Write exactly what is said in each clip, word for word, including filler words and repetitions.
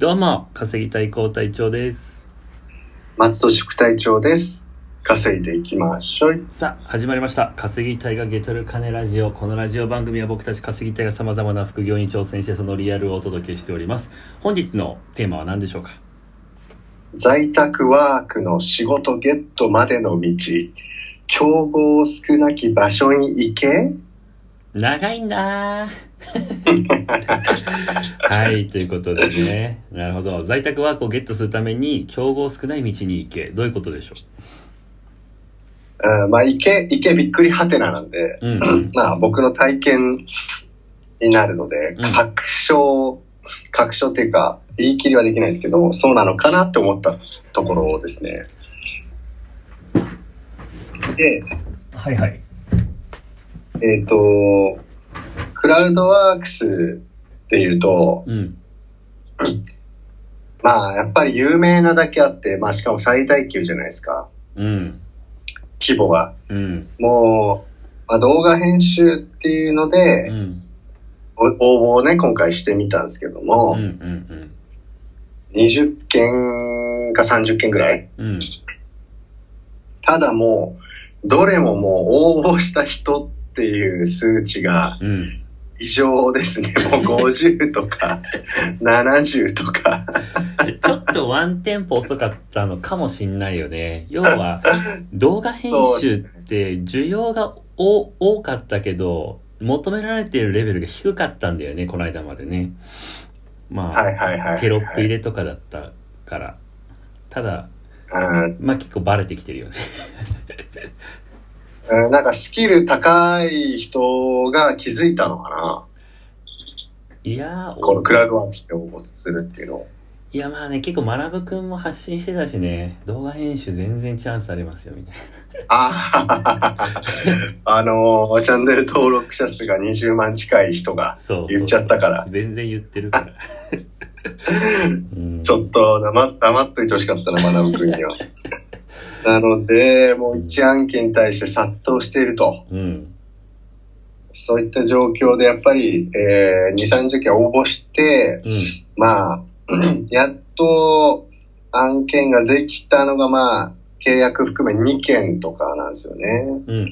どうも、稼ぎたい高隊長です。 松戸副隊長です。稼いでいきましょう。 さあ、始まりました。稼ぎたいがゲトる金ラジオ。このラジオ番組は僕たち稼ぎたいが様々な副業に挑戦してそのリアルをお届けしております。本日のテーマは何でしょうか？ 在宅ワークの仕事ゲットまでの道。競合少なき場所に行け？ 長いんだはい、ということでね。なるほど。在宅ワークをゲットするために競合少ない道に行け。どういうことでしょう？うん、まあ、行け、行けびっくりはてななんで、うんうん、まあ、僕の体験になるので、うん、確証、確証っていうか、言い切りはできないですけど、そうなのかなって思ったところですね。で、 はいはい。 えっと、クラウドワークスっていうと、うん、まあやっぱり有名なだけあって、まあしかも最大級じゃないですか。うん、規模が、うん、もう、まあ、動画編集っていうので、うん、応募をね今回してみたんですけども、うんうんうん、にじゅっけんかさんじゅっけんぐらい、うん、ただもうどれももう応募した人っていう数値が異常ですね、うん、もうごじゅうとかななじゅうとかちょっとワンテンポ遅かったのかもしんないよね。要は動画編集って需要がお多かったけど求められているレベルが低かったんだよね、この間までね。まあ、はいはいはいはい、テロップ入れとかだったからただ、うん、まあ結構バレてきてるよねなんかスキル高い人が気づいたのかな。 いやこのクラウドワークスで応募するっていうのを。 いやまあね、結構学くんも発信してたしね、動画編集全然チャンスありますよみたいな。ああのー、チャンネル登録者数がにじゅうまん近い人が言っちゃったから。 そうそうそう、全然言ってるから。 うん、ちょっと黙、黙っといてほしかったな、学くんには。なので、もう一案件に対して殺到していると。うん、そういった状況で、やっぱり、えー、に、さんじゅっけん応募して、うん、まあ、やっと案件ができたのが、まあ、契約含めにけんとかなんですよね。うんうんうん。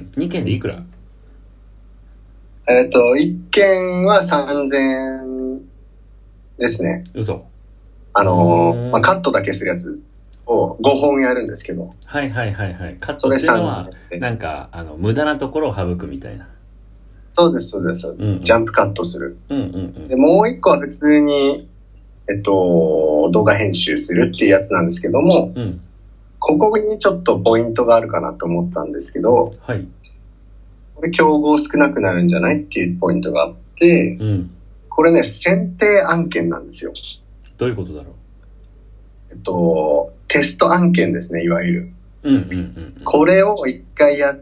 にけんでいくら？ えっと、いっけんはさんぜんえんですね。 嘘。 あのー、まあ、カットだけするやつ。をごほんやるんですけど。 はいはいはいはい。カットっていうのはなんかあの無駄なところを省くみたいな。 そうですそうです、うんうん、ジャンプカットする。うんうんうん、でもう一個は普通にえっと動画編集するっていうやつなんですけども、うん、ここにちょっとポイントがあるかなと思ったんですけど、はい、これ競合少なくなるんじゃないっていうポイントがあって、うん、これね選定案件なんですよ。 どういうことだろう。 えっと、テスト案件ですね、いわゆる。うんうんうんうん、これを一回やって、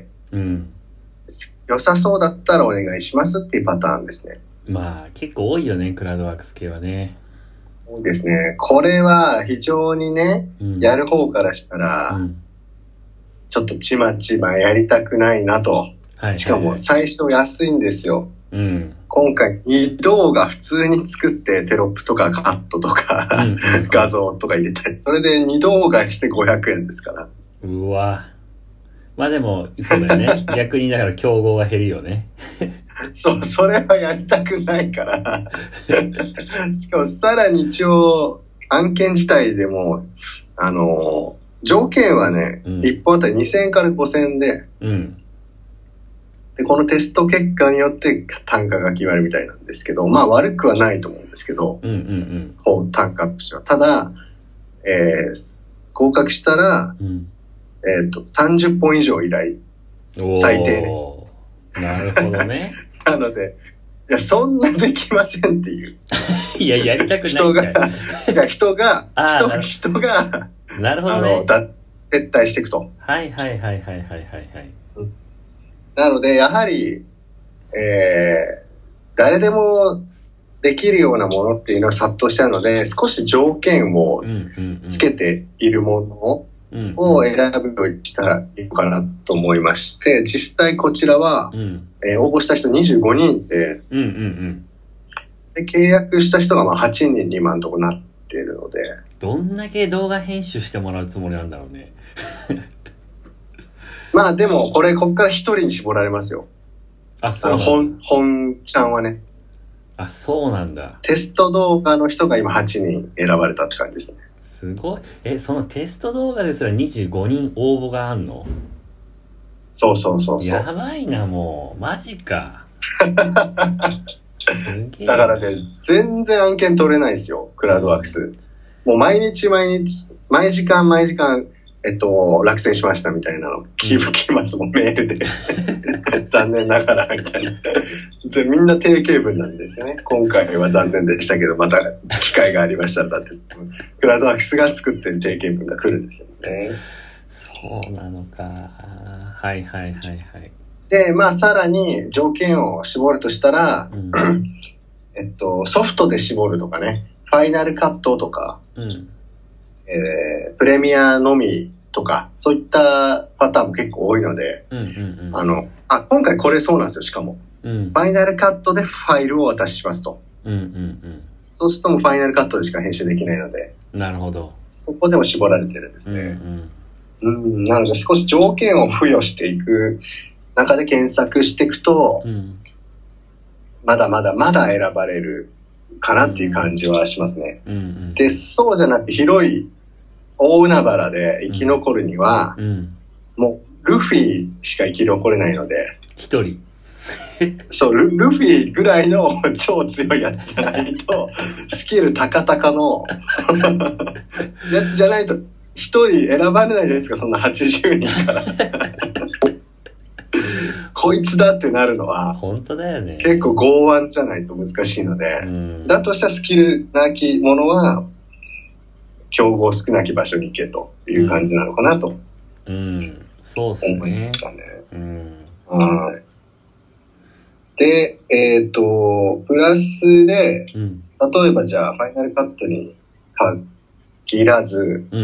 うん、良さそうだったらお願いしますっていうパターンですね。 まあ結構多いよね、クラウドワークス系はね。 多いですね。これは非常にね、うん、やる方からしたら、うん、ちょっとちまちまやりたくないなと。はいはいはい、しかも最初安いんですよ。うん、今回に動画普通に作ってテロップとかカットとか、うんうんうん、画像とか入れたり、それでに動画してごひゃくえんですから。 うわ。まあでもそうだよね。逆にだから競合が減るよね。 そう、それはやりたくないから。しかもさらに一応案件自体でもあの条件はね、うん、いっぽんあたりにせんえんからごせんえんで。うんでこのテスト結果によって単価が決まるみたいなんですけど、まあ悪くはないと思うんですけど、うんうんうん、単価としては。ただ、えー、合格したら、うんえーと、さんじゅっぽん以上依頼。最低ね。 なるほどね。 なので、いや、そんなできませんっていう。 いや、やりたくない人が、人が、人人が、 なるほどね。あのだ撤退していくと。 はいはいはいはいはいはいはい。 うんなので、やはり、えー、誰でもできるようなものっていうのは殺到しちゃうので、少し条件をつけているものを選ぶようにしたらいいのかなと思いまして、実際こちらは、うんえー、応募した人にじゅうごにんで、うんうんうん、 で、契約した人がまあはちにんに今のところなっているので。 どんだけ動画編集してもらうつもりなんだろうね。 まあでも、これ、こっからひとりに絞られますよ。 あ、そうなんだ。 本、本ちゃんはね。 あ、そうなんだ。 テスト動画の人が今はちにん選ばれたって感じですね。 すごい。え、そのテスト動画ですらにじゅうごにん応募があんの？ そうそうそうそう。 やばいな、もう。マジか。 すげえ。だからね、全然案件取れないですよ、クラウドワークス。もう毎日毎日、毎時間毎時間、えっと、落選しましたみたいなの、来ますもん、メールで。残念ながら、みたいな。みんな定型文なんですよね。今回は残念でしたけど、また機会がありましたら、だって、クラウドワークスが作ってる定型文が来るんですよね。 そうなのか。はいはいはいはい。 で、まあ、さらに条件を絞るとしたら、うん、えっと、ソフトで絞るとかね、ファイナルカットとか、うんえー、プレミアのみとか、そういったパターンも結構多いので、うんうんうん、あの、あ、今回これそうなんですよ、しかも。うん、ファイナルカットでファイルをお渡ししますと。うんうんうん、そうするともうファイナルカットでしか編集できないので。 なるほど。 そこでも絞られてるんですね。うんうん、うん、なので少し条件を付与していく中で検索していくと、うん、まだまだまだ選ばれるかなっていう感じはしますね。うんうん、で、そうじゃなくて広い大海原で生き残るには、うんうん、もうルフィしか生き残れないので。 一人。 そうル、ルフィぐらいの超強いやつじゃないと、スキル高々のやつじゃないと、一人選ばれないじゃないですか、そんなはちじゅうにんから。こいつだってなるのは、 本当だよね。 結構剛腕じゃないと難しいので、うん、だとしたらスキルなきものは、競合少なき場所に行けという感じなのかなと。 うん、うん、そうですね。思いましたね。 うん、はい。で、えっと、プラスで、うん、例えばじゃあ、ファイナルカットに限らず、うん、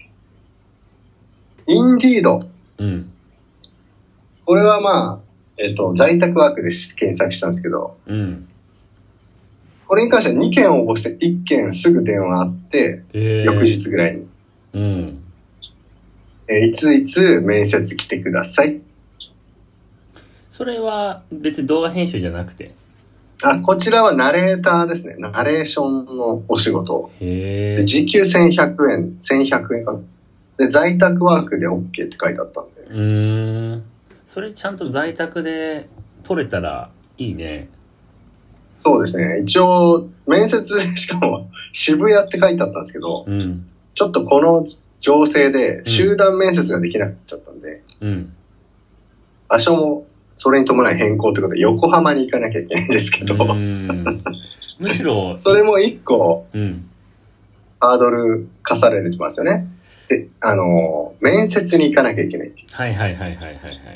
インディード。うん、これはまあ、えっと、在宅ワークで検索したんですけど、うん、これに関してはにけん応募していっけんすぐ電話あって、えー、翌日ぐらいに。うんえー、いついつ面接来てください。 それは別に動画編集じゃなくて？ あ、こちらはナレーターですね。ナレーションのお仕事。へで時給せんひゃくえん、せんひゃくえんかな。で、在宅ワークで OK って書いてあったんで。 うーん。それちゃんと在宅で取れたらいいね。 そうですね。一応、面接、しかも渋谷って書いてあったんですけど、うん、ちょっとこの情勢で集団面接ができなくなっちゃったんで、うん、場所もそれに伴い変更ということで横浜に行かなきゃいけないんですけど、 うんむしろそれも一個、うん、ハードル課されてますよね。で、あの、面接に行かなきゃいけない。 はいはいはいはいはいはい。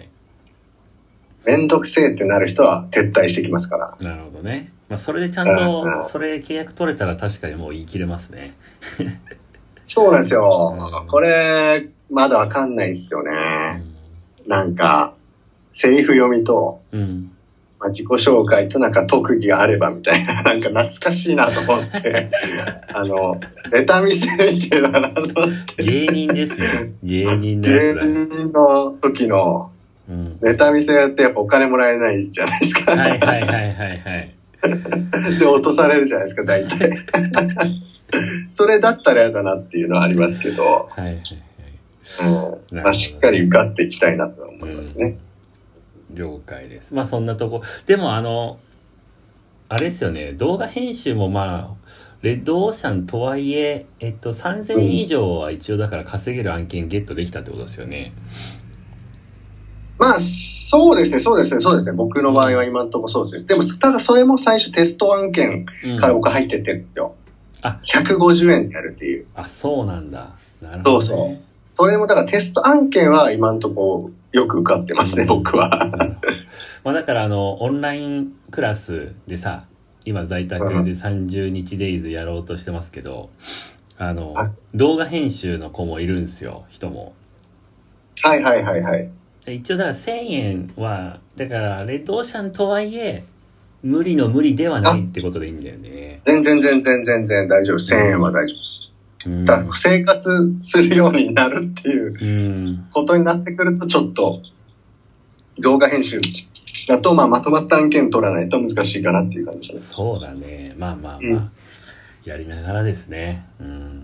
めんどくせえってなる人は撤退してきますから。 なるほどね。まあ、それでちゃんとそれ契約取れたら確かにもう言い切れますね。 そうなんですよ。うん、これまだわかんないですよね。うん、なんかセリフ読みと、うんまあ、自己紹介となんか特技があればみたいな、なんか懐かしいなと思ってあのネタ見せみたいなのって芸人ですね。芸人のやつだ、ね、 芸人の時のうん、ネタ見せやってやっぱお金もらえないじゃないですか。 はいはいはいはいはいで落とされるじゃないですか大体。それだったらやだなっていうのはありますけど、はいはいはいうんまあ、しっかり受かっていきたいなと思いますね、 うん、了解です。まあそんなとこでもあのあれですよね、動画編集もまあレッドオーシャンとはいえ、えっと、さんぜんえん以上は一応だから稼げる案件ゲットできたってことですよね。 まあ、そうですね、そうですね、そうですね。僕の場合は今のところそうです。でも、ただそれも最初テスト案件から僕入ってってるんですよ。うん、あ、ひゃくごじゅうえんでやるっていう。 あ、そうなんだ。なるほど、ね。そうそう。 それもだからテスト案件は今のところよく受かってますね、うん、僕は。 まあだからあの、オンラインクラスでさ、今在宅でさんじゅうにちデイズやろうとしてますけど、うん、あの、あ動画編集の子もいるんですよ、人も。 はいはいはいはい。 一応だからせんえんはだからレッドオーシャンとはいえ無理の無理ではないってことでいいんだよね。 全然全然全然大丈夫。せんえんは大丈夫です。うん、だ生活するようになるっていうことになってくると、ちょっと動画編集だと、まあ、まとまった案件取らないと難しいかなっていう感じですね。 そうだね。まあまあまあ、うん、やりながらですね。うん、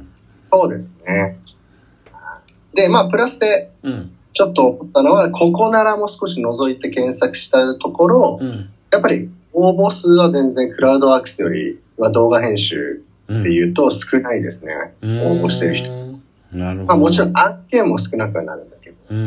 そうですね。で、まあ、プラスで、ちょっと思ったのは、うん、ここならも少し覗いて検索したところ、うん、やっぱり応募数は全然クラウドワークスよりは動画編集っていうと少ないですね。うん、応募してる人。 なるほど。 まあ、もちろん案件も少なくはなるんだけど。うんうんうん。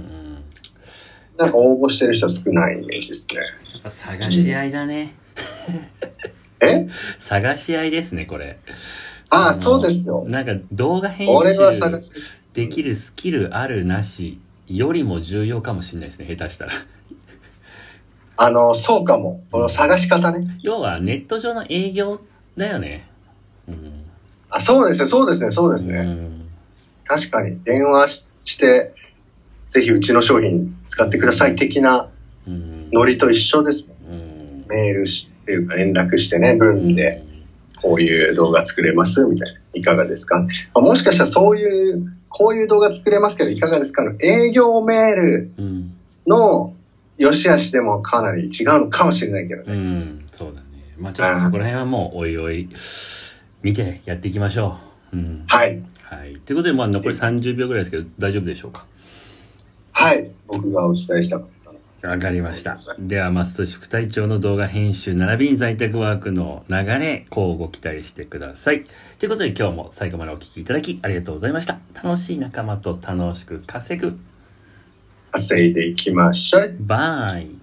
なんか応募してる人少ないイメージですね。 やっぱ探し合いだね。 え？ 探し合いですね、これ。 ああ、そうですよ。 なんか動画編集できるスキルあるなしよりも重要かもしれないですね、下手したら。 あの、そうかも。この探し方ね。 要はネット上の営業だよね。うん、 あ、そうですね、そうですね、そうですね。うん、確かに電話 し, してぜひうちの商品使ってください的なノリと一緒ですね。うん、メールしていうか連絡してね、文でこういう動画作れますみたいな、いかがですか。まあ、もしかしたらそういうこういう動画作れますけどいかがですかの営業メールの良し悪しでもかなり違うのかもしれないけどね。 うん、そうだね。まあちょっとそこら辺はもうおいおい見てやっていきましょう。うん、 はい。 はい。ということで、まあ残りさんじゅうびょうぐらいですけど、大丈夫でしょうか。 はい。僕がお伝えしたかったの。わかりました。では、松戸副隊長の動画編集並びに在宅ワークの流れ、こうご期待してください。ということで、今日も最後までお聞きいただきありがとうございました。楽しい仲間と楽しく稼ぐ。 稼いでいきましょう。 バイ。